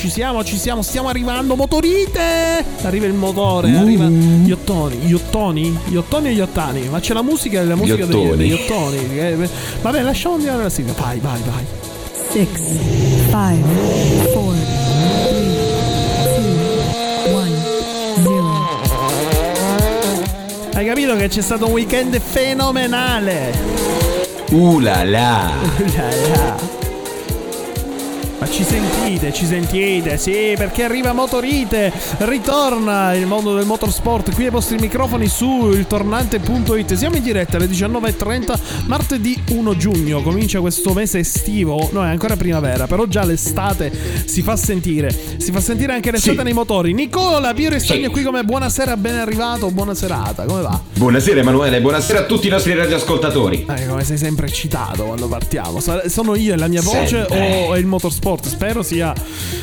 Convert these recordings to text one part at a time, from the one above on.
ci siamo, stiamo arrivando. Motorite! Arriva il motore, arriva gli ottoni o gli ottani? Ma c'è la musica degli ottoni. Vabbè, lasciamo andare la sigla. Vai. 6, 5, 4, 3, 2, 1, 0. Hai capito che c'è stato un weekend fenomenale? La la. Ma ci sentite, sì, perché arriva Motorite, ritorna il mondo del motorsport qui ai vostri microfoni su iltornante.it. Siamo in diretta alle 19:30, martedì 1 giugno, comincia questo mese estivo, no è ancora primavera, però già l'estate si fa sentire anche l'estate nei motori. Nicola Piero Stagno qui come buonasera, ben arrivato, buona serata, come va? Buonasera Emanuele, buonasera a tutti i nostri radioascoltatori. Come sei sempre eccitato quando partiamo, sono io e la mia voce o è il motorsport? Spero sia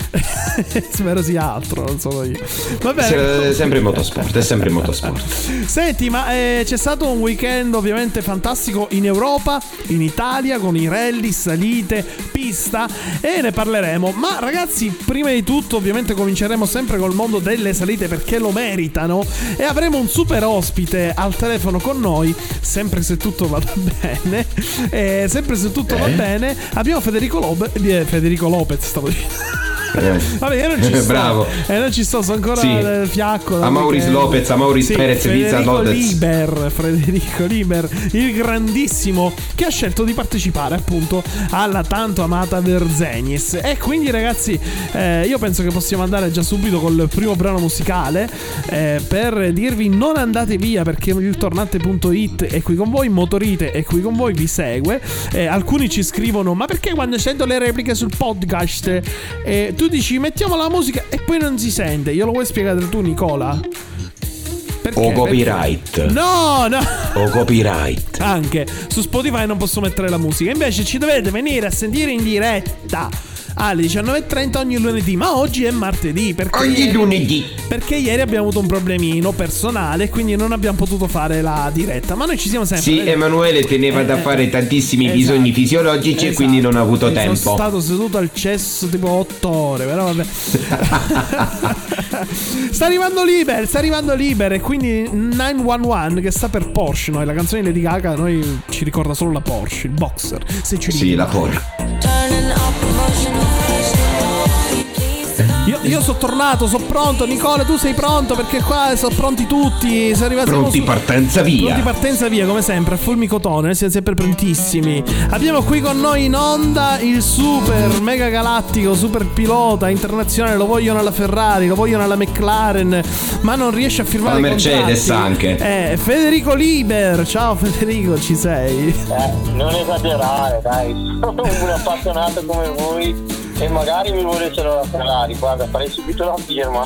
altro, non sono io. Vabbè. Sempre motorsport, è sempre motorsport. Senti, ma c'è stato un weekend ovviamente fantastico in Europa, in Italia, con i rally, salite, pista, e ne parleremo. Ma ragazzi, prima di tutto ovviamente cominceremo sempre col mondo delle salite, perché lo meritano, e avremo un super ospite al telefono con noi, sempre se tutto va bene. Va bene, abbiamo Federico Lopez, stavo dicendo. Vabbè, io non ci sto. Bravo. Non ci sto, sono ancora nel fiacco. Amauris Lopez, Perez, Liza Lopez. Federico Liber, il grandissimo, che ha scelto di partecipare appunto alla tanto amata Verzegnis. E quindi ragazzi, io penso che possiamo andare già subito col primo brano musicale, per dirvi non andate via, perché il tornante.it è qui con voi, Motorite è qui con voi, vi segue. Alcuni ci scrivono: ma perché quando sento le repliche sul podcast tu dici mettiamo la musica e poi non si sente? Io lo vuoi spiegare tu, Nicola? Perché? O copyright. Perché? No. O copyright. Anche su Spotify non posso mettere la musica. Invece ci dovete venire a sentire in diretta alle 19:30 ogni lunedì. Ma oggi è martedì, ogni lunedì, perché ieri abbiamo avuto un problemino personale, quindi non abbiamo potuto fare la diretta. Ma noi ci siamo sempre. Sì, Emanuele teneva da fare tantissimi bisogni fisiologici, e quindi non ha avuto tempo. Sono stato seduto al cesso tipo 8 ore, però vabbè. Sta arrivando Liber, e quindi 911, che sta per Porsche. Noi la canzone di Lady Gaga noi ci ricorda solo la Porsche, il Boxer. Sì, la Porsche. Io sono tornato, sono pronto. Nicola, tu sei pronto? Perché qua sono pronti tutti. Pronti partenza via, come sempre, a fulmicotone. Siamo sempre prontissimi. Abbiamo qui con noi in onda il super mega galattico, super pilota internazionale. Lo vogliono alla Ferrari, lo vogliono alla McLaren, ma non riesce a firmare la Mercedes contratti. Anche Federico Liber. Ciao Federico, ci sei? Non esagerare, dai. Sono un appassionato come voi e magari mi volessero la Ferrari, guarda, farei subito la firma.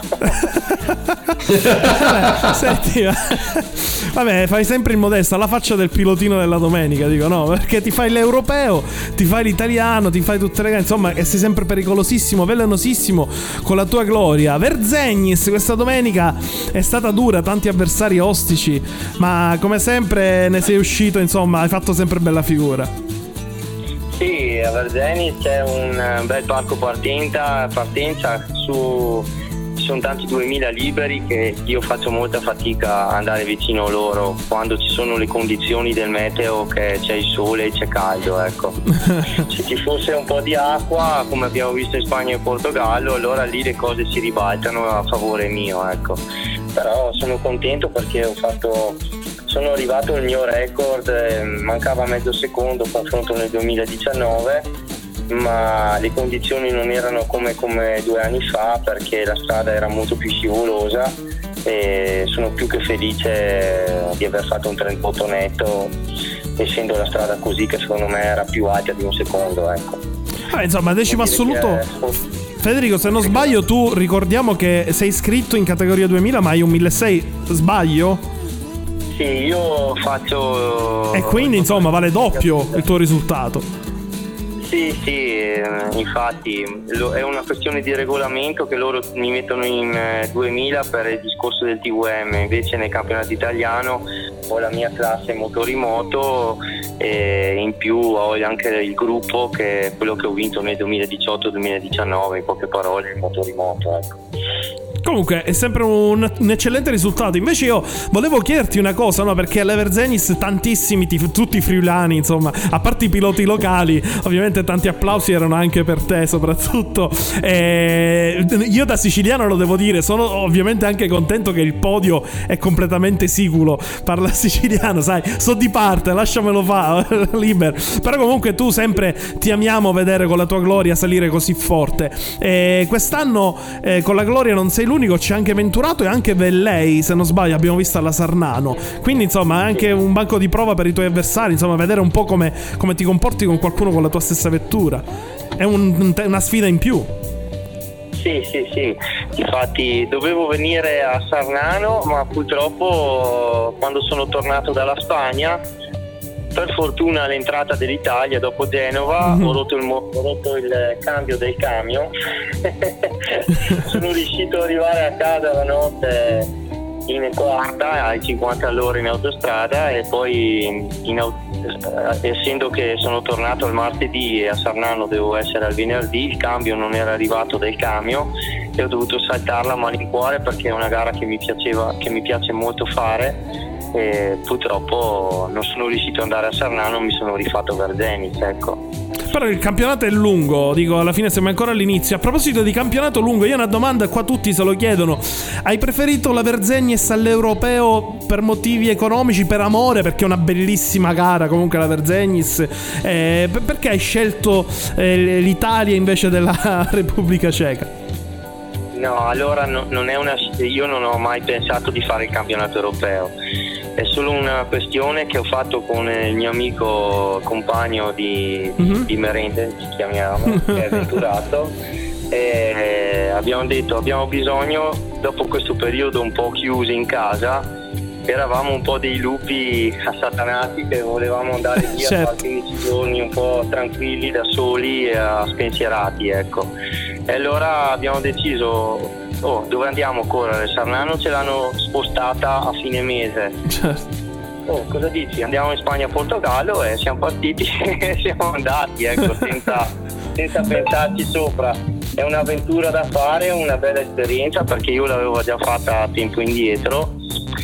Senti, vabbè, fai sempre il modesto, alla faccia del pilotino della domenica, dico, no, perché ti fai l'europeo, ti fai l'italiano, ti fai tutte le gare, insomma, e sei sempre pericolosissimo, velenosissimo con la tua gloria. Verzegnis questa domenica è stata dura, tanti avversari ostici, ma come sempre ne sei uscito, insomma, hai fatto sempre bella figura. Sì, a Verzegnis c'è un bel palco partenza, ci sono tanti 2000 liberi che io faccio molta fatica ad andare vicino a loro quando ci sono le condizioni del meteo, che c'è il sole e c'è caldo, ecco. Se ci fosse un po' di acqua, come abbiamo visto in Spagna e Portogallo, allora lì le cose si ribaltano a favore mio, ecco. Però sono contento perché sono arrivato al mio record, mancava mezzo secondo confronto nel 2019, ma le condizioni non erano come 2 anni fa, perché la strada era molto più scivolosa, e sono più che felice di aver fatto un 38 netto, essendo la strada così, che secondo me era più alta di un secondo, ecco. Insomma, decimo assoluto. Federico, se non sbaglio, tu ricordiamo che sei iscritto in categoria 2000, ma hai un 1600, sbaglio? Sì, io faccio. E quindi insomma vale doppio il tuo risultato. Sì, infatti è una questione di regolamento che loro mi mettono in 2000 per il discorso del TVM, invece nel campionato italiano ho la mia classe motorimoto e in più ho anche il gruppo che è quello che ho vinto nel 2018-2019, in poche parole il motorimoto, ecco. Comunque è sempre un eccellente risultato. Invece io volevo chiederti una cosa, no? Perché all'Everzenis tantissimi, tutti friulani, insomma, a parte i piloti locali, ovviamente tanti applausi erano anche per te soprattutto. Io da siciliano lo devo dire, sono ovviamente anche contento che il podio è completamente siculo, parla siciliano, sai, so di parte, lasciamelo fare, libero. Però comunque tu sempre ti amiamo vedere con la tua Gloria salire così forte. Quest'anno con la Gloria non sei l'unico, c'è anche Venturato e anche Vellei, se non sbaglio abbiamo visto alla Sarnano, quindi insomma anche un banco di prova per i tuoi avversari, insomma vedere un po' come ti comporti con qualcuno con la tua stessa vettura è una sfida in più. Sì, infatti dovevo venire a Sarnano, ma purtroppo quando sono tornato dalla Spagna, per fortuna all'entrata dell'Italia dopo Genova ho rotto il cambio del camion sono riuscito ad arrivare a casa la notte in quarta ai 50 all'ora in autostrada e poi essendo che sono tornato il martedì e a Sarnano devo essere al venerdì, il cambio non era arrivato del camion e ho dovuto saltarla a malincuore perché è una gara che mi piace molto fare. E purtroppo non sono riuscito ad andare a Sarnano, mi sono rifatto Verzenis, ecco. Però il campionato è lungo, dico, alla fine siamo ancora all'inizio. A proposito di campionato lungo, io ho una domanda, qua tutti se lo chiedono: hai preferito la Verzenis all'Europeo per motivi economici, per amore, perché è una bellissima gara comunque la Verzenis, perché hai scelto l'Italia invece della Repubblica Ceca? No, allora io non ho mai pensato di fare il campionato europeo. È solo una questione che ho fatto con il mio amico compagno di merende, ci chiamiamo, che è Venturato, e abbiamo detto abbiamo bisogno, dopo questo periodo un po' chiusi in casa, eravamo un po' dei lupi assatanati che volevamo andare via a fare 15 giorni un po' tranquilli, da soli e spensierati, ecco. E allora abbiamo deciso dove andiamo a correre? Sarnano ce l'hanno spostata a fine mese. Certo. Cosa dici? Andiamo in Spagna, Portogallo, e siamo partiti e siamo andati, ecco, senza pensarci sopra. È un'avventura da fare, una bella esperienza perché io l'avevo già fatta a tempo indietro.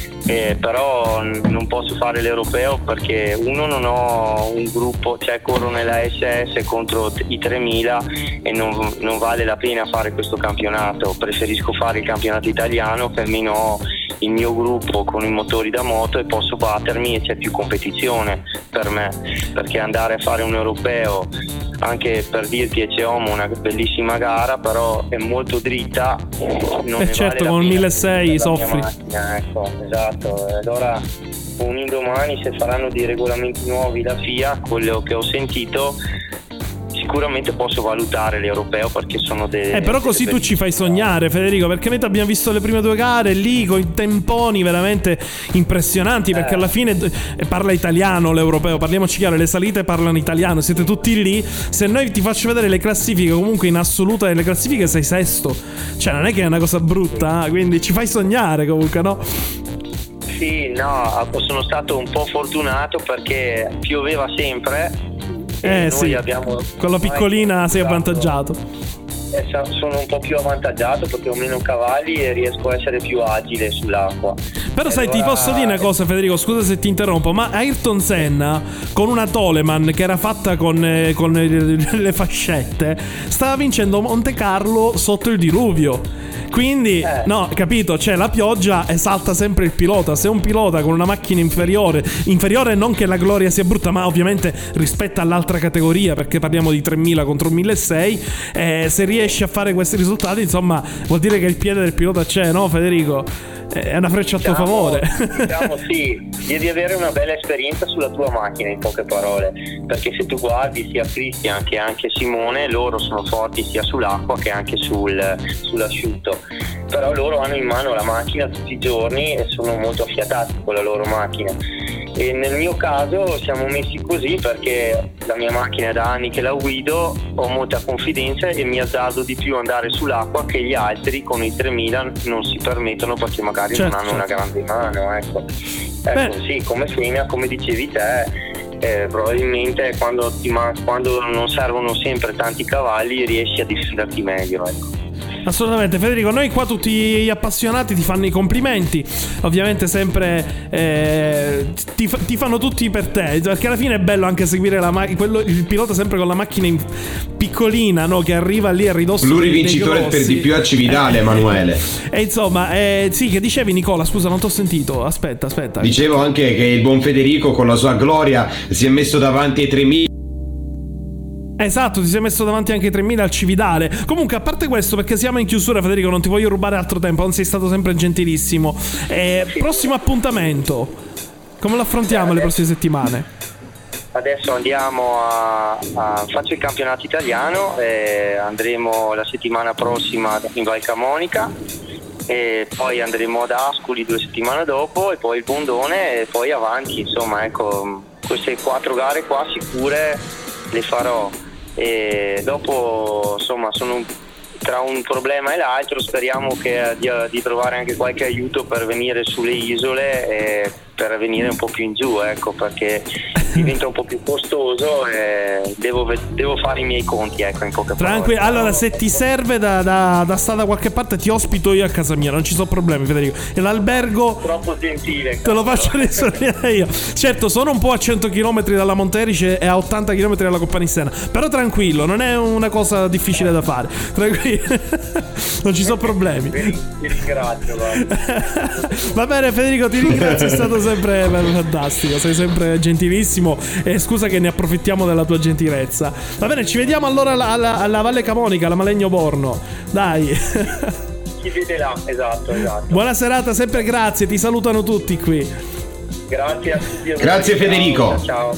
Però non posso fare l'europeo perché non ho un gruppo, cioè corro nella SS contro i 3000 e non vale la pena fare questo campionato. Preferisco fare il campionato italiano che almeno ho il mio gruppo con i motori da moto e posso battermi e c'è più competizione per me, perché andare a fare un europeo, anche per dirti Eceomo, una bellissima gara, però è molto dritta, non ne certo, vale con la 1600 soffri. Macchina, ecco, esatto. Allora un indomani, se faranno dei regolamenti nuovi la FIA, quello che ho sentito, sicuramente posso valutare l'europeo perché sono però così tu ci fai sognare, Federico, perché noi ti abbiamo visto le prime due gare lì con i temponi veramente impressionanti, perché alla fine parla italiano l'europeo, parliamoci chiaro, le salite parlano italiano, siete tutti lì. Se noi ti faccio vedere le classifiche, comunque in assoluta nelle classifiche sei sesto, cioè non è che è una cosa brutta, quindi ci fai sognare comunque, no? Sì, no, sono stato un po' fortunato perché pioveva sempre. Sì, con la piccolina sei avvantaggiato. Sono un po' più avvantaggiato perché ho meno cavalli e riesco a essere più agile sull'acqua. Però sai, ti posso dire una cosa, Federico, scusa se ti interrompo, ma Ayrton Senna con una Toleman che era fatta con le fascette stava vincendo Monte Carlo sotto il diluvio. Quindi, no, capito, c'è la pioggia esalta sempre il pilota. Se un pilota con una macchina inferiore non che la Gloria sia brutta, ma ovviamente rispetto all'altra categoria, perché parliamo di 3000 contro 1600, se riesce a fare questi risultati, insomma, vuol dire che il piede del pilota c'è, no, Federico? è una freccia a tuo favore. Diciamo sì, devi avere una bella esperienza sulla tua macchina, in poche parole, perché se tu guardi sia Christian che anche Simone, loro sono forti sia sull'acqua che anche sull'asciutto, però loro hanno in mano la macchina tutti i giorni e sono molto affiatati con la loro macchina. E nel mio caso siamo messi così perché la mia macchina è da anni che la guido, ho molta confidenza e mi azzardo di più andare sull'acqua che gli altri con i 3000 non si permettono perché magari non hanno una grande mano, ecco sì, come Fena, come dicevi te, probabilmente quando non servono sempre tanti cavalli riesci a difenderti meglio, ecco. Assolutamente Federico, noi qua tutti gli appassionati ti fanno i complimenti, ovviamente sempre ti fanno tutti per te, perché alla fine è bello anche seguire il pilota sempre con la macchina piccolina, no? Che arriva lì a ridosso plurivincitore per di più a Cividale, Emanuele. E insomma sì, che dicevi Nicola, scusa non ti ho sentito, aspetta dicevo anche che il buon Federico con la sua gloria si è messo davanti ai 3000. Esatto, ti sei messo davanti anche ai 3000 al Cividale. Comunque, a parte questo, perché siamo in chiusura, Federico, non ti voglio rubare altro tempo, non sei stato sempre gentilissimo. Prossimo appuntamento, come lo affrontiamo le prossime settimane? Adesso andiamo faccio il campionato italiano, andremo la settimana prossima in Val Camonica e poi andremo ad Ascoli 2 settimane dopo e poi il Bondone e poi avanti, insomma, ecco, queste 4 gare qua sicure le farò. E dopo insomma sono tra un problema e l'altro, speriamo di trovare anche qualche aiuto per venire sulle isole e per venire un po' più in giù, ecco, perché diventa un po' più costoso e devo fare i miei conti, ecco, in poche parole. Tranquillo, allora se ti serve da stare da qualche parte ti ospito io a casa mia, non ci sono problemi Federico, e l'albergo troppo gentile, te lo faccio risolvere io. Certo, sono un po' a 100 km dalla Monterice e a 80 km dalla Coppanissena, però tranquillo, non è una cosa difficile da fare, tranquillo. Non ci sono problemi. Ti ringrazio, va bene Federico, ti ringrazio, è stato sempre fantastico, sei sempre gentilissimo e scusa che ne approfittiamo della tua gentilezza. Va bene, ci vediamo allora alla Valle Camonica, alla Malegno Borno, dai. Ci vede là, esatto. Buona serata, sempre grazie, ti salutano tutti qui. Grazie a tutti. Grazie Federico.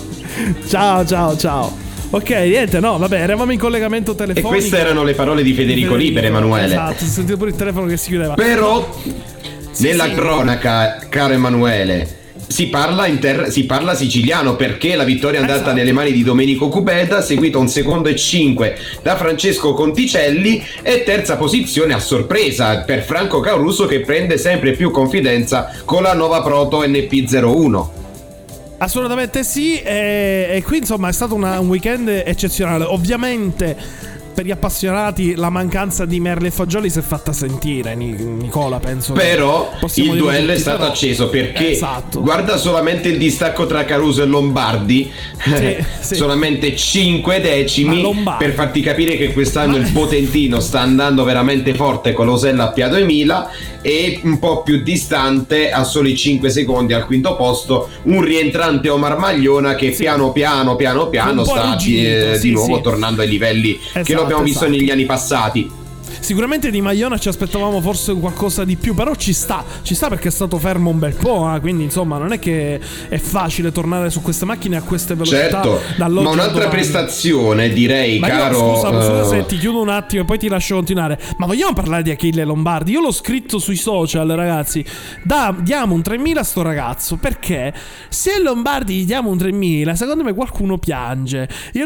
Ciao. Ok, niente, no, vabbè, eravamo in collegamento telefonico. E queste erano le parole di Federico Libero, Emanuele. Esatto, ho sentito pure il telefono che si chiudeva. Però, nella cronaca, caro Emanuele, si parla siciliano, perché la vittoria è andata nelle mani di Domenico Cupeda, seguito un secondo e 5 da Francesco Conticelli, e terza posizione a sorpresa per Franco Caruso, che prende sempre più confidenza con la nuova Proto NP01. Assolutamente sì, e qui insomma è stato un weekend eccezionale. Ovviamente per gli appassionati la mancanza di Merli e Fagioli si è fatta sentire, Nicola, penso. Però il duello è stato acceso, perché guarda solamente il distacco tra Caruso e Lombardi, sì. Solamente 5 decimi, per farti capire che quest'anno il Potentino sta andando veramente forte con l'Osella a Piado Emila, e un po' più distante, a soli 5 secondi al quinto posto, un rientrante Omar Magliona che piano piano sta di nuovo tornando ai livelli che lo abbiamo visto negli anni passati. Sicuramente di Magliona ci aspettavamo forse qualcosa di più, però ci sta perché è stato fermo un bel po', quindi insomma non è che è facile tornare su queste macchine a queste velocità. Certo, ma un'altra prestazione, direi, ma caro. Scusa se ti chiudo un attimo e poi ti lascio continuare. Ma vogliamo parlare di Achille Lombardi? Io l'ho scritto sui social, ragazzi. Diamo un 3000 a sto ragazzo, perché se Lombardi gli diamo un 3000, secondo me qualcuno piange. Io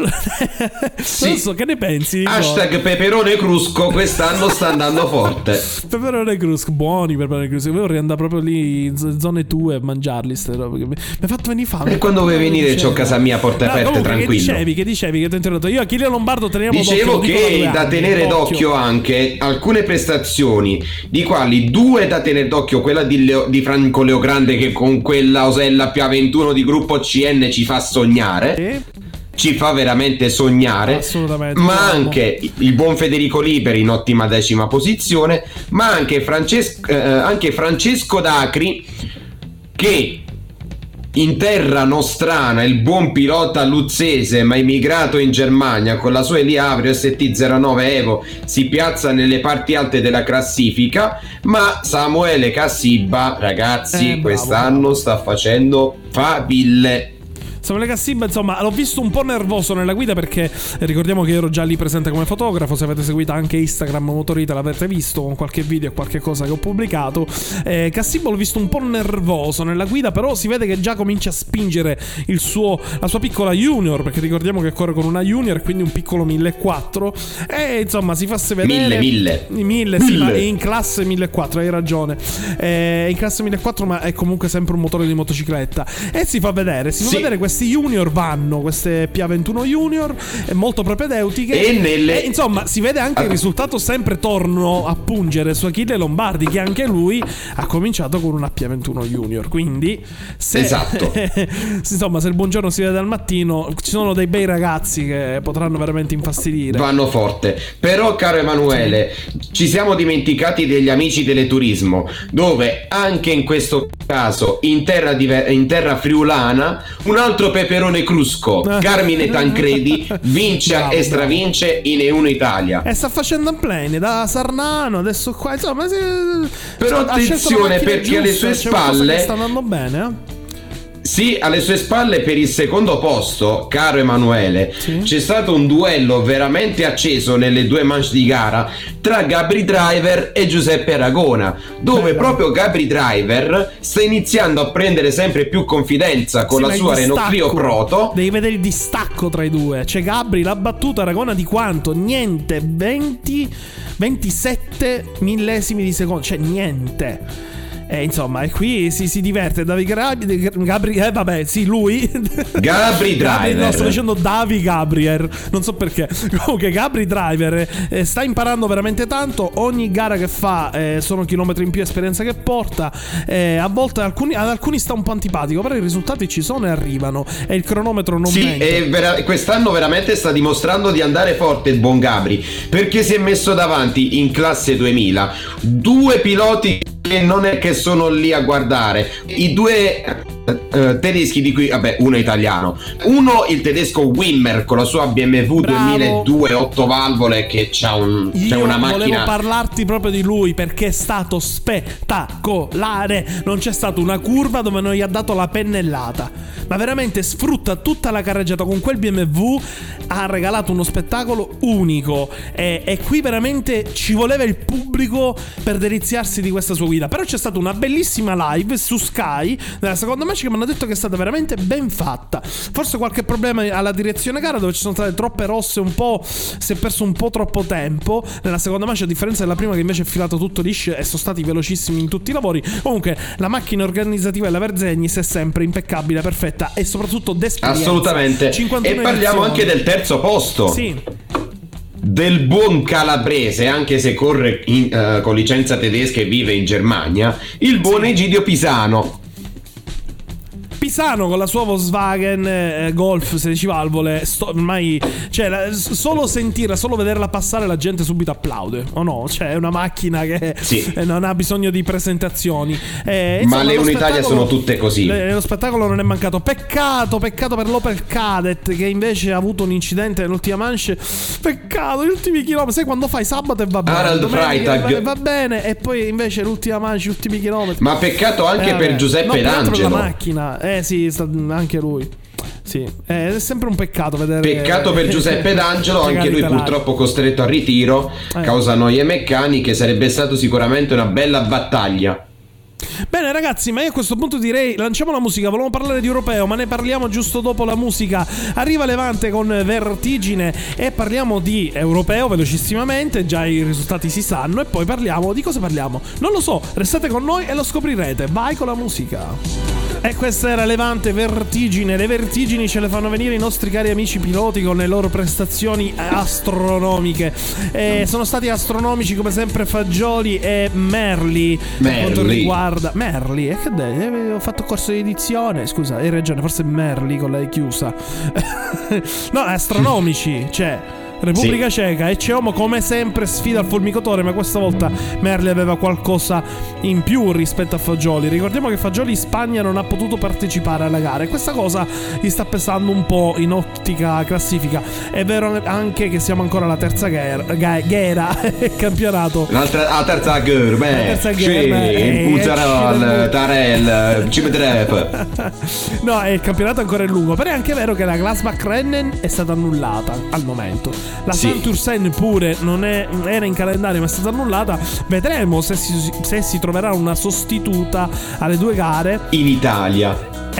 non so, che ne pensi? Hashtag Peperone Crusco quest'anno sta andando forte. Peperone Crusco, buoni Peperone Crusco. Io vorrei andare proprio lì in zone tue a mangiarli ste robe. Mi ha fatto venire fame. E quando vuoi venire c'ho casa mia, porte aperte, tranquillo. Che dicevi che ti ho interrotto? Io Achille Lombardo teniamo Dicevo che da tenere d'occhio anche alcune prestazioni, di quali 2 da tenere d'occhio, quella di Franco Leogrande, che con quella Osella PA21 di gruppo CN ci fa sognare. Ci fa veramente sognare. Assolutamente. Ma anche il buon Federico Liberi in ottima 10ª posizione, ma anche Francesco Dacri, che in terra nostrana il buon pilota luzzese ma immigrato in Germania con la sua Eliavrio ST09 Evo si piazza nelle parti alte della classifica, ma Samuele Cassibba, ragazzi, quest'anno sta facendo faville. Samuele Cassibba, insomma, l'ho visto un po' nervoso nella guida perché ricordiamo che ero già lì presente come fotografo. Se avete seguito anche Instagram Motorita l'avrete visto con qualche video e qualche cosa che ho pubblicato. Cassibba l'ho visto un po' nervoso nella guida, però si vede che già comincia a spingere la sua piccola Junior, perché ricordiamo che corre con una Junior, quindi un piccolo 1400, e insomma si fa vedere 1000 sì, ma è in classe 1400, hai ragione, è in classe 1400 ma è comunque sempre un motore di motocicletta, e si fa vedere questi Junior queste PA21 Junior molto propedeutiche e insomma si vede anche il risultato sempre torno a pungere su Achille Lombardi, che anche lui ha cominciato con una PA21 Junior, quindi esatto. Insomma, se il buongiorno si vede al mattino, ci sono dei bei ragazzi che potranno veramente infastidire, vanno forte. Però caro Emanuele, ci siamo dimenticati degli amici Teleturismo, dove anche in questo caso in terra friulana un altro peperone crusco, Carmine Tancredi, vince e stravince in E1 Italia e sta facendo un plane da Sarnano adesso qua, insomma, però attenzione perché alle sue spalle sta andando bene, Sì, alle sue spalle per il secondo posto, caro Emanuele, c'è stato un duello veramente acceso nelle due manche di gara tra Gabri Driver e Giuseppe Aragona, dove proprio Gabri Driver sta iniziando a prendere sempre più confidenza con la sua Renault Clio Proto. Devi vedere il distacco tra i due. C'è Gabri, l'ha battuta Aragona di quanto? Niente, 27 millesimi di secondo, cioè niente. Insomma, e qui si diverte Gabri, vabbè, sì, lui Gabri Driver. No, sto dicendo Davi Gabriel, non so perché. Comunque Gabri Driver sta imparando veramente tanto. Ogni gara che fa sono chilometri in più, esperienza che porta. A volte ad alcuni sta un po' antipatico, però i risultati ci sono e arrivano, e il cronometro non mente. E quest'anno veramente sta dimostrando di andare forte il buon Gabri, perché si è messo davanti in classe 2000 due piloti che non è che sono lì a guardare, i due tedeschi, di cui vabbè uno è italiano, uno il tedesco Wimmer con la sua BMW 2002 8 valvole che c'ha una macchina. Volevo parlarti proprio di lui perché è stato spettacolare, non c'è stata una curva dove non gli ha dato la pennellata, ma veramente sfrutta tutta la carreggiata con quel BMW, ha regalato uno spettacolo unico, e qui veramente ci voleva il pubblico per deliziarsi di questa sua guida. Però c'è stata una bellissima live su Sky nella seconda match che mi hanno detto che è stata veramente ben fatta. Forse qualche problema alla direzione gara, dove ci sono state troppe rosse, un po' si è perso un po' troppo tempo nella seconda match, a differenza della prima che invece è filato tutto liscio e sono stati velocissimi in tutti i lavori. Comunque la macchina organizzativa della Verzegnis è sempre impeccabile, perfetta e soprattutto d'esperienza. Assolutamente. E parliamo anche del terzo posto. Sì, del buon calabrese, anche se corre con licenza tedesca e vive in Germania, il buon Egidio Pisano con la sua Volkswagen Golf 16 valvole, ormai, cioè, solo sentirla, solo vederla passare la gente subito applaude, o no? Cioè è una macchina che non ha bisogno di presentazioni, ma le Unitalia sono tutte così. Lo spettacolo non è mancato. Peccato per l'Opel Kadett, che invece ha avuto un incidente nell'ultima manche. Peccato, gli ultimi chilometri, sai quando fai sabato e va bene, Harald Freitag va bene, e poi invece l'ultima manche, gli ultimi chilometri. Ma peccato anche per Giuseppe D'Angelo. La macchina, sì, anche lui. Sì, è sempre un peccato vedere. Peccato per Giuseppe D'Angelo, anche lui purtroppo costretto al ritiro causa noie meccaniche. Sarebbe stato sicuramente una bella battaglia. Bene ragazzi, ma io a questo punto direi lanciamo la musica. Volevamo parlare di europeo, ma ne parliamo giusto dopo la musica. Arriva Levante con Vertigine e parliamo di europeo velocissimamente. Già i risultati si sanno. E poi parliamo di cosa parliamo? Non lo so, restate con noi e lo scoprirete. Vai con la musica. E questa era Levante, Vertigine. Le vertigini ce le fanno venire i nostri cari amici piloti con le loro prestazioni astronomiche. Sono stati astronomici come sempre Fagioli e Merli. Per quanto riguarda Merli, ho fatto corso di edizione. Scusa, hai ragione, forse Merli con la chiusa. No, astronomici, cioè Repubblica Ceca e Ceomo come sempre sfida al fulmicotone, ma questa volta Merli aveva qualcosa in più rispetto a Fagioli. Ricordiamo che Fagioli in Spagna non ha potuto partecipare alla gara e questa cosa gli sta pesando un po' in ottica classifica. È vero anche che siamo ancora alla terza gara campionato. La terza gara, Puzzarol, Tarel, Cimetrep. No, il campionato ancora è lungo, però è anche vero che la Glasbach-Rennen è stata annullata al momento. La Santursen pure non era in calendario ma è stata annullata. Vedremo se si troverà una sostituta alle 2 gare in Italia.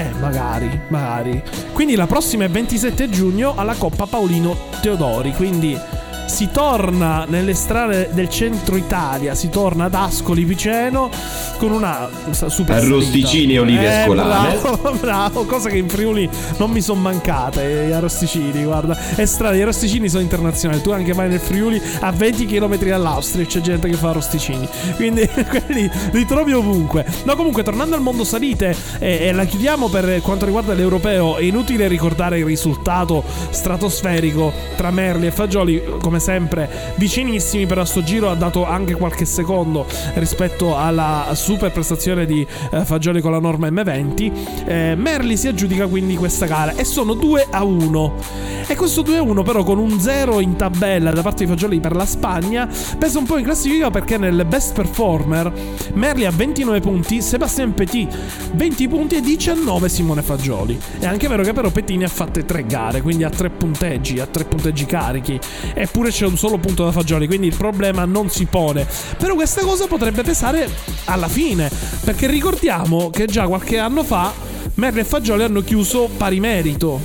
Magari. Quindi la prossima è 27 giugno alla Coppa Paolino Teodori. Quindi si torna nelle strade del centro Italia, si torna ad Ascoli Piceno con una super arrosticini e olive ascolane. Bravo, cosa che in Friuli non mi sono mancate. Gli arrosticini, guarda, è strano, gli arrosticini sono internazionali. Tu anche vai nel Friuli a 20 km dall'Austria c'è gente che fa arrosticini, quindi quelli li trovi ovunque. No, comunque tornando al mondo salite e la chiudiamo per quanto riguarda l'europeo. È inutile ricordare il risultato stratosferico tra Merli e Fagioli, come sempre vicinissimi, però sto giro ha dato anche qualche secondo rispetto alla super prestazione di Fagioli con la norma M20. Merli si aggiudica quindi questa gara e sono 2-1, e questo 2-1 però con un 0 in tabella da parte di Fagioli per la Spagna pesa un po' in classifica, perché nel best performer Merli ha 29 punti, Sébastien Petit 20 punti e 19 Simone Fagioli. È anche vero che però Petit ne ha fatte 3 gare, quindi ha 3 punteggi carichi, eppure c'è un solo punto da Fagioli, quindi il problema non si pone. Però questa cosa potrebbe pesare alla fine, perché ricordiamo che già qualche anno fa Merli e Fagioli hanno chiuso pari merito,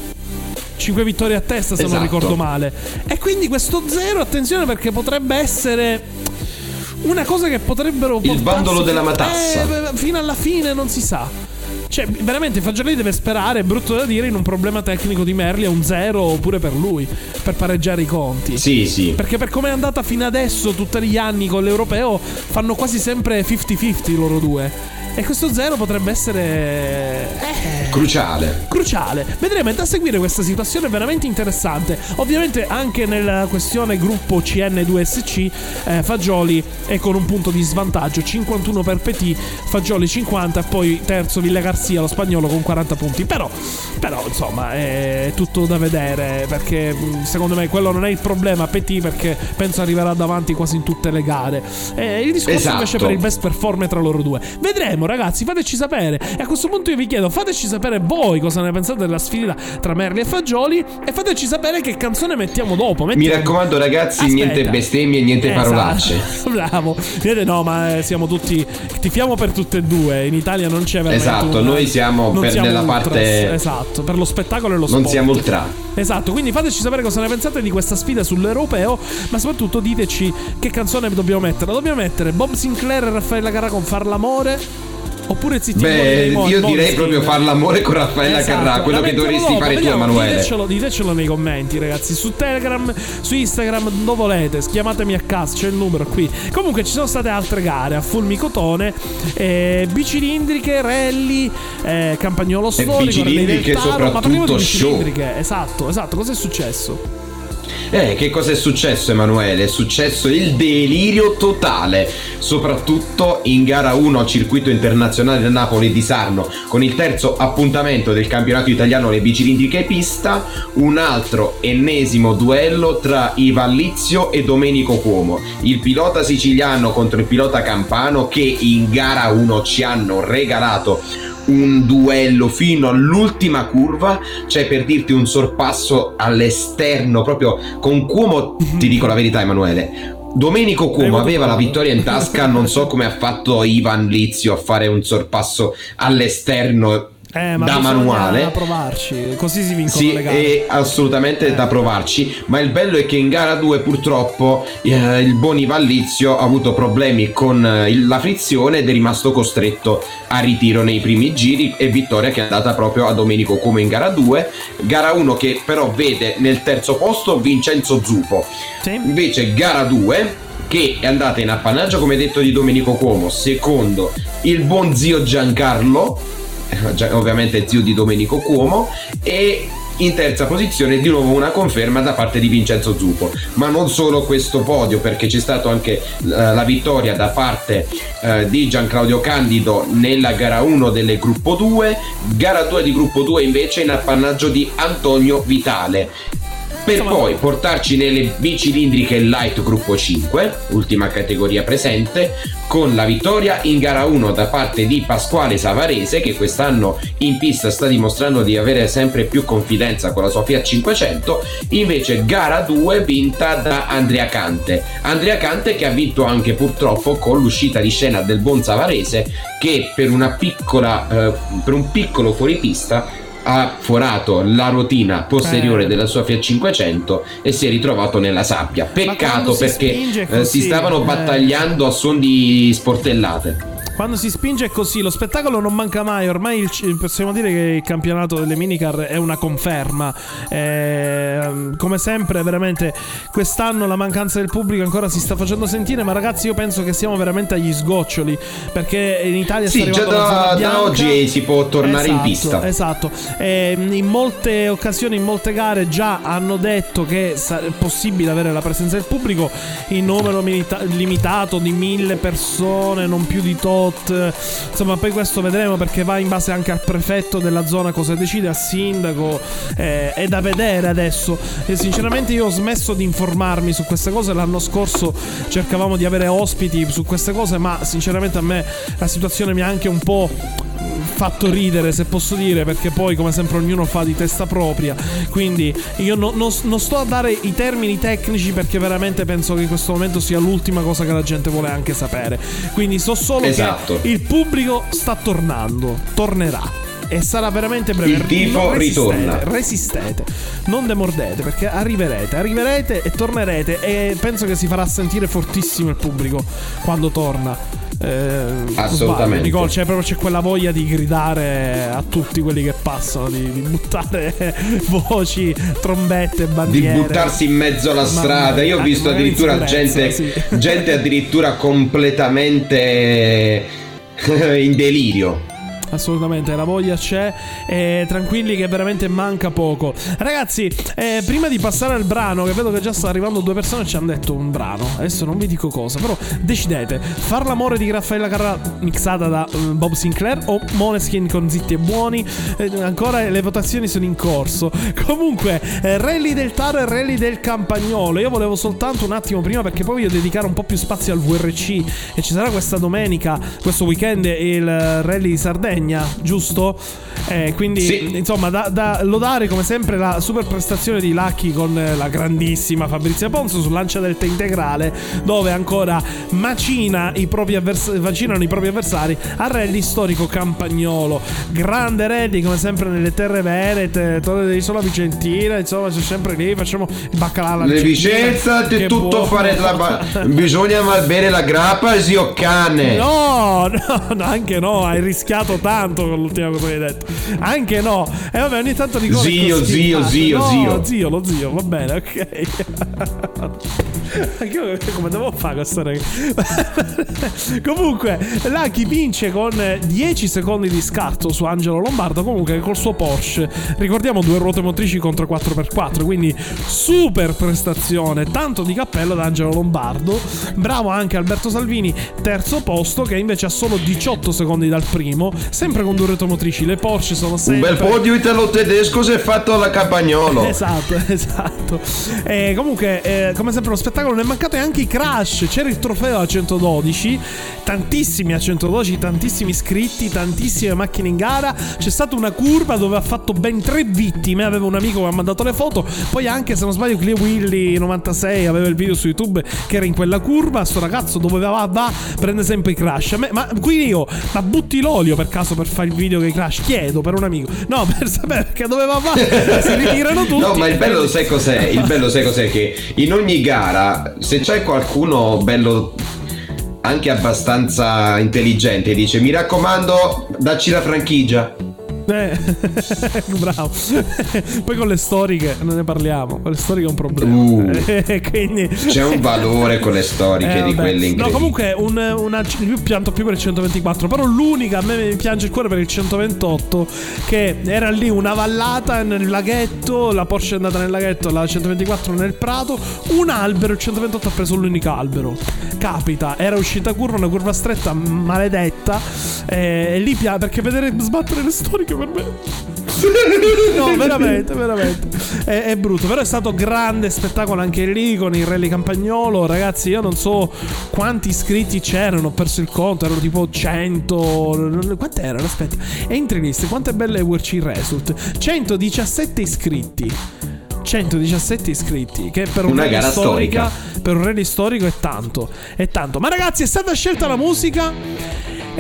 5 vittorie a testa se non ricordo male. E quindi questo 0, attenzione, perché potrebbe essere una cosa che potrebbero il bandolo della matassa fino alla fine, non si sa. Cioè, veramente Fagioli deve sperare, è brutto da dire, in un problema tecnico di Merli, a un 0 pure per lui, per pareggiare i conti. Sì. Perché per come è andata fino adesso tutti gli anni con l'europeo fanno quasi sempre 50-50 loro due. E questo 0 potrebbe essere cruciale. Vedremo, è da seguire questa situazione veramente interessante. Ovviamente anche nella questione gruppo CN2SC Fagioli è con un punto di svantaggio, 51 per Petit, Fagioli 50 e poi terzo Villa Garcia, lo spagnolo, con 40 punti. Però insomma è tutto da vedere, perché secondo me quello non è il problema Petit, perché penso arriverà davanti quasi in tutte le gare. Il discorso invece per il best performer tra loro due. Vedremo, ragazzi, fateci sapere. E a questo punto io vi chiedo, fateci sapere voi cosa ne pensate della sfida tra Merli e Fagioli, e fateci sapere che canzone mettiamo dopo. Mi raccomando, ragazzi, niente bestemmie, niente parolacce. Bravo. No, ma siamo tutti, tifiamo per tutte e due. In Italia non c'è veramente noi siamo per nella parte. Esatto, per lo spettacolo e lo sport. Non siamo ultra. Esatto, quindi fateci sapere cosa ne pensate di questa sfida sull'europeo, ma soprattutto diteci che canzone dobbiamo mettere. Dobbiamo mettere Bob Sinclair e Raffaella Carrà con Far l'amore? Oppure Zitti? Io direi proprio Far l'amore con Raffaella Carrà, quello che dovresti fare tu, Emanuele. Ditecelo nei commenti, ragazzi, su Telegram, su Instagram, dove volete, chiamatemi a caso, c'è il numero qui. Comunque ci sono state altre gare a fulmicotone, bicilindriche, rally, campagnolo storico, bicilindriche soprattutto show. Esatto, cos'è successo? Che cosa è successo, Emanuele? È successo il delirio totale, soprattutto in gara 1 al circuito internazionale del Napoli di Sarno, con il terzo appuntamento del campionato italiano le bicilindriche pista, un altro ennesimo duello tra Ivan Lizio e Domenico Cuomo, il pilota siciliano contro il pilota campano, che in gara 1 ci hanno regalato un duello fino all'ultima curva, cioè per dirti un sorpasso all'esterno proprio con Cuomo. Ti dico la verità, Emanuele, Domenico Cuomo aveva la vittoria in tasca, non so come ha fatto Ivan Lizio a fare un sorpasso all'esterno da manuale. Da provarci, così si vincono le gare. Sì, è assolutamente da provarci. Ma il bello è che in gara 2 purtroppo il buon Ivan Lizio ha avuto problemi con la frizione ed è rimasto costretto a ritiro nei primi giri, e vittoria che è andata proprio a Domenico Cuomo in gara 2. Gara 1 che però vede nel terzo posto Vincenzo Zupo. Invece gara 2 che è andata in appannaggio, come detto, di Domenico Cuomo, secondo il buon zio Giancarlo, ovviamente zio di Domenico Cuomo, e in terza posizione, di nuovo una conferma da parte di Vincenzo Zucco. Ma non solo questo podio, perché c'è stato anche la vittoria da parte di Gianclaudio Candido nella gara 1 del gruppo 2, gara 2 di gruppo 2 invece in appannaggio di Antonio Vitale, per poi portarci nelle bicilindriche light gruppo 5, ultima categoria presente, con la vittoria in gara 1 da parte di Pasquale Savarese, che quest'anno in pista sta dimostrando di avere sempre più confidenza con la sua Fiat 500. Invece gara 2 vinta da Andrea Cante che ha vinto anche purtroppo con l'uscita di scena del buon Savarese, che per un piccolo fuoripista ha forato la rotina posteriore della sua Fiat 500 e si è ritrovato nella sabbia. Peccato, perché si stavano battagliando a suon di sportellate. Quando si spinge è così, lo spettacolo non manca mai. Ormai possiamo dire che il campionato delle minicar è una conferma. Come sempre, veramente quest'anno la mancanza del pubblico ancora si sta facendo sentire. Ma ragazzi, io penso che siamo veramente agli sgoccioli, perché in Italia sta arrivando già la zona bianca. Da oggi si può tornare in pista. Esatto. In molte occasioni, in molte gare già hanno detto che è possibile avere la presenza del pubblico in numero limitato di 1000 persone, non più di tot. Insomma, poi questo vedremo, perché va in base anche al prefetto della zona cosa decide, al sindaco. È da vedere adesso. E sinceramente io ho smesso di informarmi su queste cose. L'anno scorso cercavamo di avere ospiti su queste cose, ma sinceramente a me la situazione mi ha anche un po' fatto ridere, se posso dire, perché poi come sempre ognuno fa di testa propria. Quindi io non sto a dare i termini tecnici, perché veramente penso che in questo momento sia l'ultima cosa che la gente vuole anche sapere. Quindi so solo che il pubblico sta tornerà e sarà veramente breve. Il tifo ritorna. Resistete, non demordete, perché arriverete e tornerete, e penso che si farà sentire fortissimo il pubblico quando torna. Assolutamente, Nicole, c'è quella voglia di gridare a tutti quelli che passano, di buttare voci, trombette, bandiere, di buttarsi in mezzo alla strada. Io ho visto addirittura gente addirittura completamente in delirio. Assolutamente, la voglia c'è, tranquilli che veramente manca poco. Ragazzi, prima di passare al brano, che vedo che già sta arrivando 2 persone, ci hanno detto un brano, adesso non vi dico cosa, però decidete: Far l'amore di Raffaella Carrà mixata da Bob Sinclair o Måneskin con Zitti e Buoni. Ancora le votazioni sono in corso. Comunque, Rally del Taro e Rally del Campagnolo. Io volevo soltanto un attimo prima, perché poi voglio dedicare un po' più spazio al VRC, e ci sarà questa domenica, questo weekend, il Rally di Sardegna, giusto? Quindi insomma da lodare come sempre la super prestazione di Lucky con la grandissima Fabrizia Ponzo sul Lancia Delta integrale, dove ancora macinano i propri avversari al rally storico Campagnolo. Grande rally come sempre nelle terre venete, Torre dell'Isola Vicentina, insomma c'è sempre lì, facciamo il baccalà alla le Vicenza di tutto fare bisogna malbere la grappa, zio cane. No, anche no, hai rischiato tanto con l'ultima cosa che hai detto. Anche no. E vabbè, ogni tanto dico zio, lo zio, va bene, ok. Anche come devo fare questa regola? Comunque, Lucky vince con 10 secondi di scarto su Angelo Lombardo. Comunque col suo Porsche, ricordiamo, 2 ruote motrici contro 4x4, quindi super prestazione, tanto di cappello da Angelo Lombardo. Bravo anche Alberto Salvini, terzo posto, che invece ha solo 18 secondi dal primo, sempre con 2 ruote motrici. Le Porsche sono sempre un bel podio italo-tedesco si è fatto alla Campagnolo. Esatto. Comunque, come sempre lo spettacolo non è mancato, e anche i crash. C'era il trofeo a 112, tantissimi a 112, tantissimi iscritti, tantissime macchine in gara. C'è stata una curva dove ha fatto ben 3 vittime. Avevo un amico che ha mandato le foto. Poi anche, se non sbaglio, Cleo Willy 96 aveva il video su YouTube che era in quella curva. Sto ragazzo dove va prende sempre i crash. Ma qui ma butti l'olio per caso per fare il video che i crash? Chiedo per un amico. No, per sapere perché dove va si ritirano tutti. No, ma il bello sai cos'è? Il bello sai cos'è? Che in ogni gara, se c'è qualcuno bello anche abbastanza intelligente, dice: mi raccomando, dacci la franchigia. Bravo. Poi con le storiche non ne parliamo. Con le storiche è un problema. Quindi c'è un valore con le storiche di quelle incredibili. No, comunque io pianto più per il 124. Però l'unica, a me mi piange il cuore per il 128, che era lì una vallata nel laghetto. La Porsche è andata nel laghetto, la 124 nel prato. Un albero, il 128 ha preso l'unico albero. Capita, era uscita curva, una curva stretta maledetta. E lì perché vedere sbattere le storiche per me no, veramente è brutto. Però è stato grande spettacolo anche lì con il Rally Campagnolo. Ragazzi, io non so quanti iscritti c'erano, ho perso il conto, erano tipo 100. Quante erano? Aspetta, entri in lista, quante belle WRC Result. 117 iscritti. 117 iscritti, che per una gara storica, per un rally storico è tanto. Ma ragazzi, è stata scelta la musica.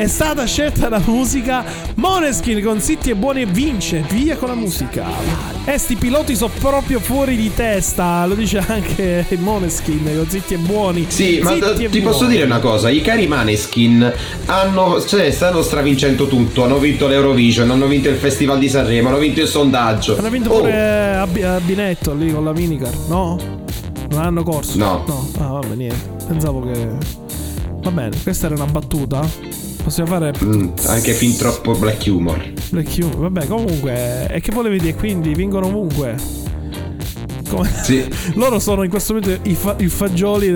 Måneskin con Zitti e Buoni e vince. Via con la musica. Sti piloti sono proprio fuori di testa. Lo dice anche Måneskin con Zitti e Buoni. Sì, ma ti posso dire una cosa. I cari Måneskin stanno stravincendo tutto. Hanno vinto l'Eurovision, hanno vinto il Festival di Sanremo, hanno vinto il sondaggio. Hanno vinto pure a Binetto lì con la minicar. No? Non hanno corso? No. Ah, vabbè, niente. Pensavo che... Va bene, questa era una battuta. Possiamo fare anche fin troppo black humor. Vabbè, comunque. E che volevi dire? Quindi vincono ovunque. Sì. Loro sono in questo momento i fagioli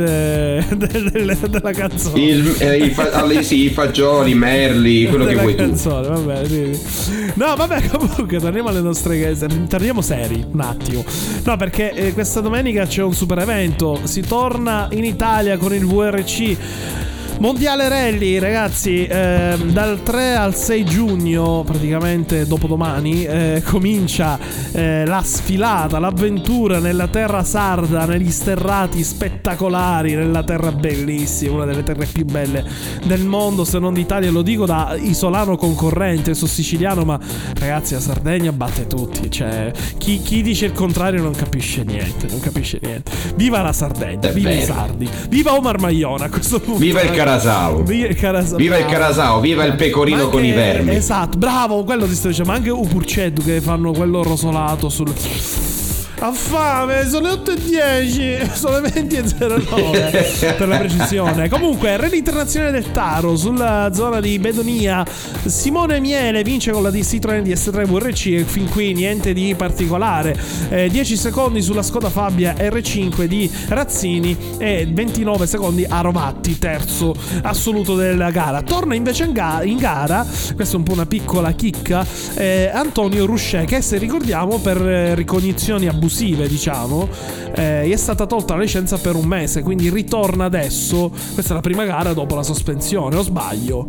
della canzone. I fagioli, merli, quello che vuoi canzone, tu. Vabbè, sì. No, vabbè, comunque torniamo alle nostre. Torniamo seri un attimo. No, perché questa domenica c'è un super evento. Si torna in Italia con il VRC Mondiale Rally, ragazzi, dal 3 al 6 giugno, praticamente dopodomani, comincia la sfilata, l'avventura nella terra sarda, negli sterrati spettacolari, nella terra bellissima, una delle terre più belle del mondo, se non d'Italia. Lo dico da isolano concorrente, sono siciliano, ma ragazzi, la Sardegna batte tutti. Cioè, chi dice il contrario non capisce niente. Viva la Sardegna, viva i sardi, viva Omar Maiona a questo punto. Viva il Carasau. Viva il Carasau, viva il pecorino anche, con i vermi. Esatto, bravo, quello ti sto dicendo. Ma anche Upurceddu che fanno quello rosolato sul... Ha fame, sono le 8:10, sono le 20:09 per la precisione. Comunque, Rally Internazionale del Taro sulla zona di Bedonia. Simone Miele vince con la Citroen DS3 VRC e fin qui niente di particolare. 10 secondi sulla Skoda Fabia R5 di Razzini e 29 secondi a Rovatti, terzo assoluto della gara. Torna invece in gara, questa è un po' una piccola chicca, Antonio Ruscè, che se ricordiamo per ricognizioni abusive, diciamo, gli è stata tolta la licenza per un mese, quindi ritorna adesso. Questa è la prima gara dopo la sospensione, o sbaglio?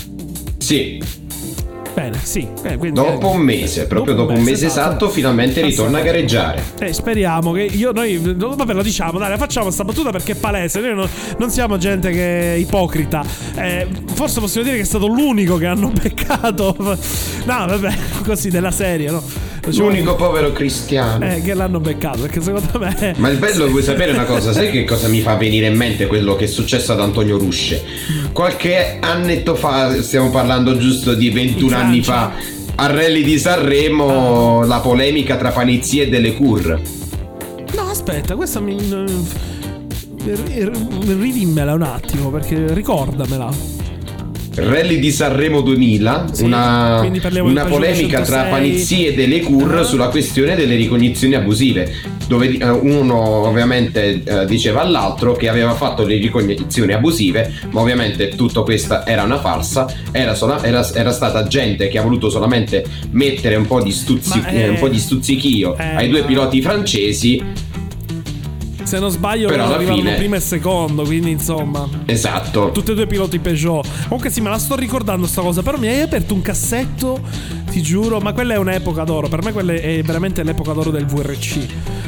Sì. Bene, sì. Dopo un mese, proprio dopo un mese esatto, finalmente ritorna a gareggiare. Speriamo che noi vabbè, lo diciamo, dai, la facciamo sta battuta perché è palese. Noi non siamo gente che è ipocrita. Forse possiamo dire che è stato l'unico che hanno beccato. No, vabbè, così della serie, no? L'unico povero cristiano che l'hanno beccato, perché secondo me... Ma il bello, vuoi sapere una cosa? Sai che cosa mi fa venire in mente quello che è successo ad Antonio Ruscè? Qualche annetto fa, stiamo parlando giusto di 21 anni fa, al Rally di Sanremo, la polemica tra Panizzi e Delecour. No, aspetta, questa ridimmela un attimo, perché ricordamela. Rally di Sanremo 2000, sì, una polemica 106. Tra Panizzi e Delecour sulla questione delle ricognizioni abusive, dove uno ovviamente diceva all'altro che aveva fatto le ricognizioni abusive, ma ovviamente tutto questa era una farsa, era stata gente che ha voluto solamente mettere un po' di stuzzichio ai due piloti francesi. Se non sbaglio, però alla fine primo e secondo, quindi insomma. Esatto. Tutti e due piloti Peugeot. Comunque sì, me la sto ricordando sta cosa. Però mi hai aperto un cassetto, ti giuro. Ma quella è un'epoca d'oro. Per me quella è veramente l'epoca d'oro del VRC.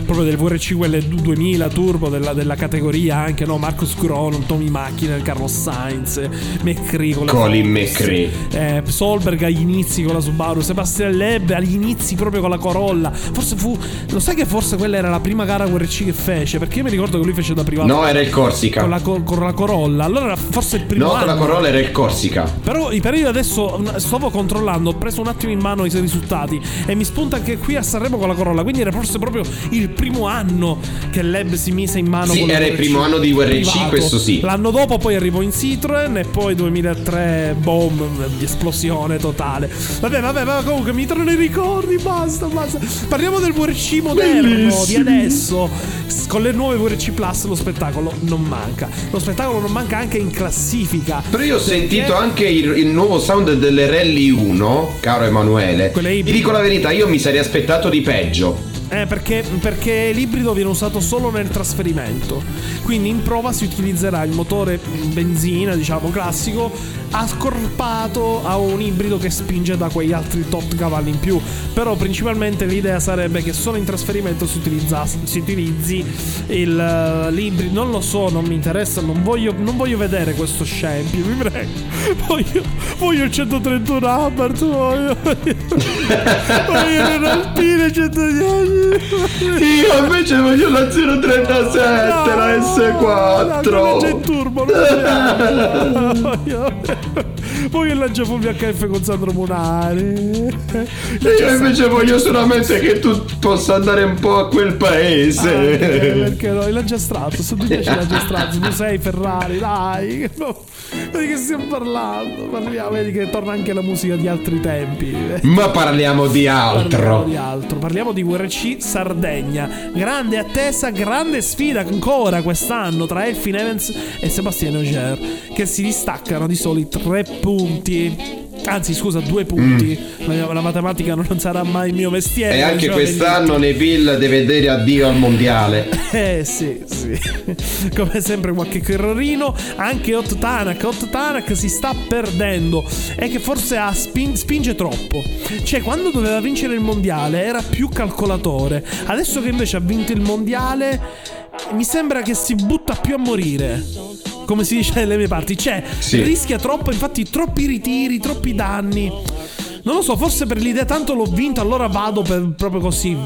proprio del VRC, quelle 2000 turbo della categoria, anche no, Marcus Cronon, Tommy Macchiner, Carlos Sainz, McCree con Colin McRae, Solberg agli inizi con la Subaru, Sebastian Loeb agli inizi proprio con la Corolla. Forse lo sai che forse quella era la prima gara VRC che fece, perché io mi ricordo che lui fece da privato. No, era il Corsica con la Corolla. Allora forse il primo anno. Con la Corolla era il Corsica. Però io adesso stavo controllando, ho preso un attimo in mano i risultati e mi spunta anche qui a Sanremo con la Corolla, quindi era forse proprio il primo anno che Loeb si mise in mano. Sì, con era il primo anno di VRC privato. Questo sì. L'anno dopo poi arrivò in Citroen e poi 2003 boom, di esplosione totale. Vabbè, ma comunque mi tornano i ricordi, basta. Parliamo del VRC moderno. Bellissimo. Di adesso, con le nuove VRC Plus lo spettacolo non manca. Lo spettacolo non manca anche in classifica. Però io ho sentito anche il nuovo sound delle Rally 1, caro Emanuele. Ti dico la verità, io mi sarei aspettato di peggio. Perché l'ibrido viene usato solo nel trasferimento. Quindi in prova si utilizzerà il motore benzina, diciamo classico, accorpato a un ibrido che spinge da quegli altri tot cavalli in più. Però principalmente l'idea sarebbe che solo in trasferimento si utilizzi l'ibrido. Non lo so, non mi interessa, non voglio vedere questo scempio, mi prego. Voglio il 131 Abarth, voglio l'Alpine 110. Io invece voglio la 037, la S4. No, c'è il turbo. Voglio il lanciafuoco HF con Sandro Munari. Io invece voglio solamente che tu possa andare un po' a quel paese. Perché no? Il lanciastrato, su tu piace il lanciastrato, tu sei Ferrari, dai. Vedi che stiamo parlando. Vedi che torna anche la musica di altri tempi. Ma parliamo di altro. Parliamo di VRC Sardegna. Grande attesa, grande sfida ancora quest'anno tra Elfyn Evans e Sébastien Ogier, che si distaccano di soli 3 punti. Anzi, scusa, 2 punti. La matematica non sarà mai il mio mestiere. E anche quest'anno Neville deve dire addio al mondiale. Sì. Come sempre qualche errorino. Anche Ott Tanak si sta perdendo. E che forse spinge troppo. Cioè, quando doveva vincere il mondiale era più calcolatore. Adesso che invece ha vinto il mondiale, mi sembra che si butta più a morire, come si dice nelle mie parti. Cioè, rischia troppo, infatti troppi ritiri, troppi danni. Non lo so, forse per l'idea tanto l'ho vinto, allora vado proprio così.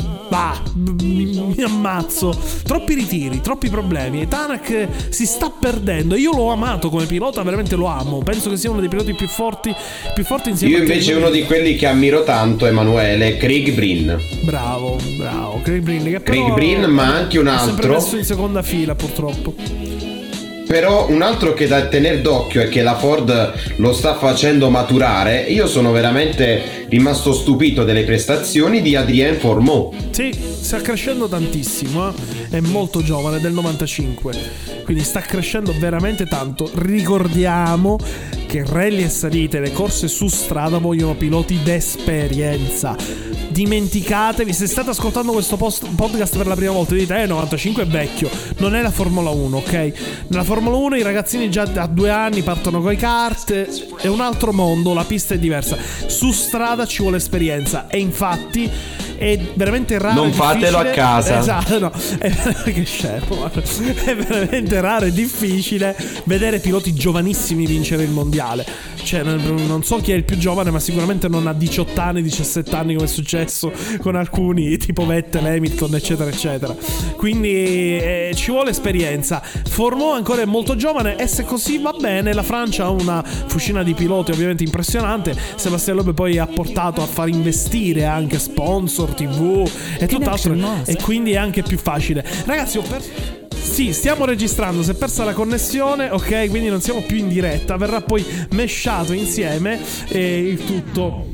Mi ammazzo. Troppi ritiri, troppi problemi. E Tanak si sta perdendo. Io l'ho amato come pilota, veramente lo amo. Penso che sia uno dei piloti più forti insieme. Io invece uno di quelli che ammiro tanto, Emanuele, Craig Breen. Bravo. Craig Breen, Craig Breen, ma anche un altro. Sempre messo in seconda fila, purtroppo. Però un altro che da tenere d'occhio e che la Ford lo sta facendo maturare. Io sono veramente rimasto stupito delle prestazioni di Adrien Fourmont. Sì, sta crescendo tantissimo, è molto giovane, del 95, quindi sta crescendo veramente tanto. Ricordiamo che rally e salite, le corse su strada vogliono piloti d'esperienza. Dimenticatevi, se state ascoltando questo podcast per la prima volta, dite 95 è vecchio. Non è la Formula 1, ok? Nella Formula 1 i ragazzini già a 2 anni partono coi kart, è un altro mondo, la pista è diversa. Su strada ci vuole esperienza e infatti è veramente raro. Non fatelo a casa. Esatto, no. Che scemo. È veramente raro e difficile vedere piloti giovanissimi vincere il mondiale. Cioè, non so chi è il più giovane, ma sicuramente non ha 18 anni, 17 anni come è successo con alcuni, tipo Vettel, Hamilton, eccetera, eccetera. Quindi ci vuole esperienza. Fourmont ancora è molto giovane e se così va bene, la Francia ha una fucina di piloti ovviamente impressionante. Sébastien Loeb poi ha portato a far investire anche sponsor, TV e tutt'altro, e quindi è anche più facile. Ragazzi, sì, stiamo registrando, si è persa la connessione, ok, quindi non siamo più in diretta, verrà poi meshato insieme il tutto.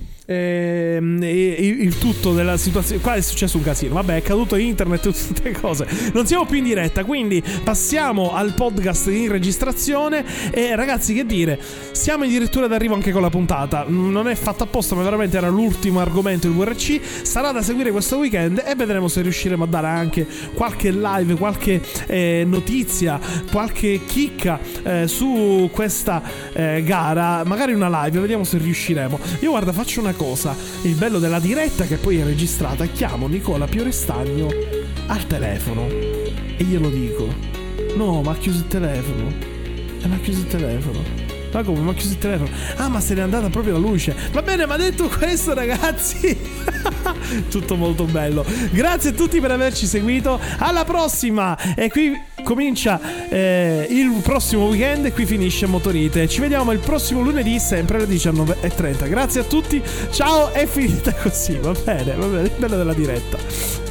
Il tutto della situazione. Qua è successo un casino. Vabbè, è caduto internet e tutte le cose. Non siamo più in diretta, quindi passiamo al podcast in registrazione. E ragazzi, che dire, siamo addirittura d'arrivo anche con la puntata. Non è fatta apposta, ma veramente era l'ultimo argomento del VRC. Sarà da seguire questo weekend e vedremo se riusciremo a dare anche qualche live, qualche notizia, qualche chicca su questa gara. Magari una live, vediamo se riusciremo. Io guarda, faccio una cosa, il bello della diretta che poi è registrata, chiamo Nicola Piorestagno al telefono e glielo dico: no, ma ha chiuso il telefono. Ma ha chiuso il telefono. Ma come? Ma ha chiuso il telefono? Ah, ma se n'è andata proprio la luce. Va bene, ma detto questo, ragazzi, tutto molto bello. Grazie a tutti per averci seguito. Alla prossima. E qui comincia il prossimo weekend e qui finisce Motorite. Ci vediamo il prossimo lunedì, sempre alle 19:30. Grazie a tutti. Ciao, è finita così. Va bene, bello della diretta.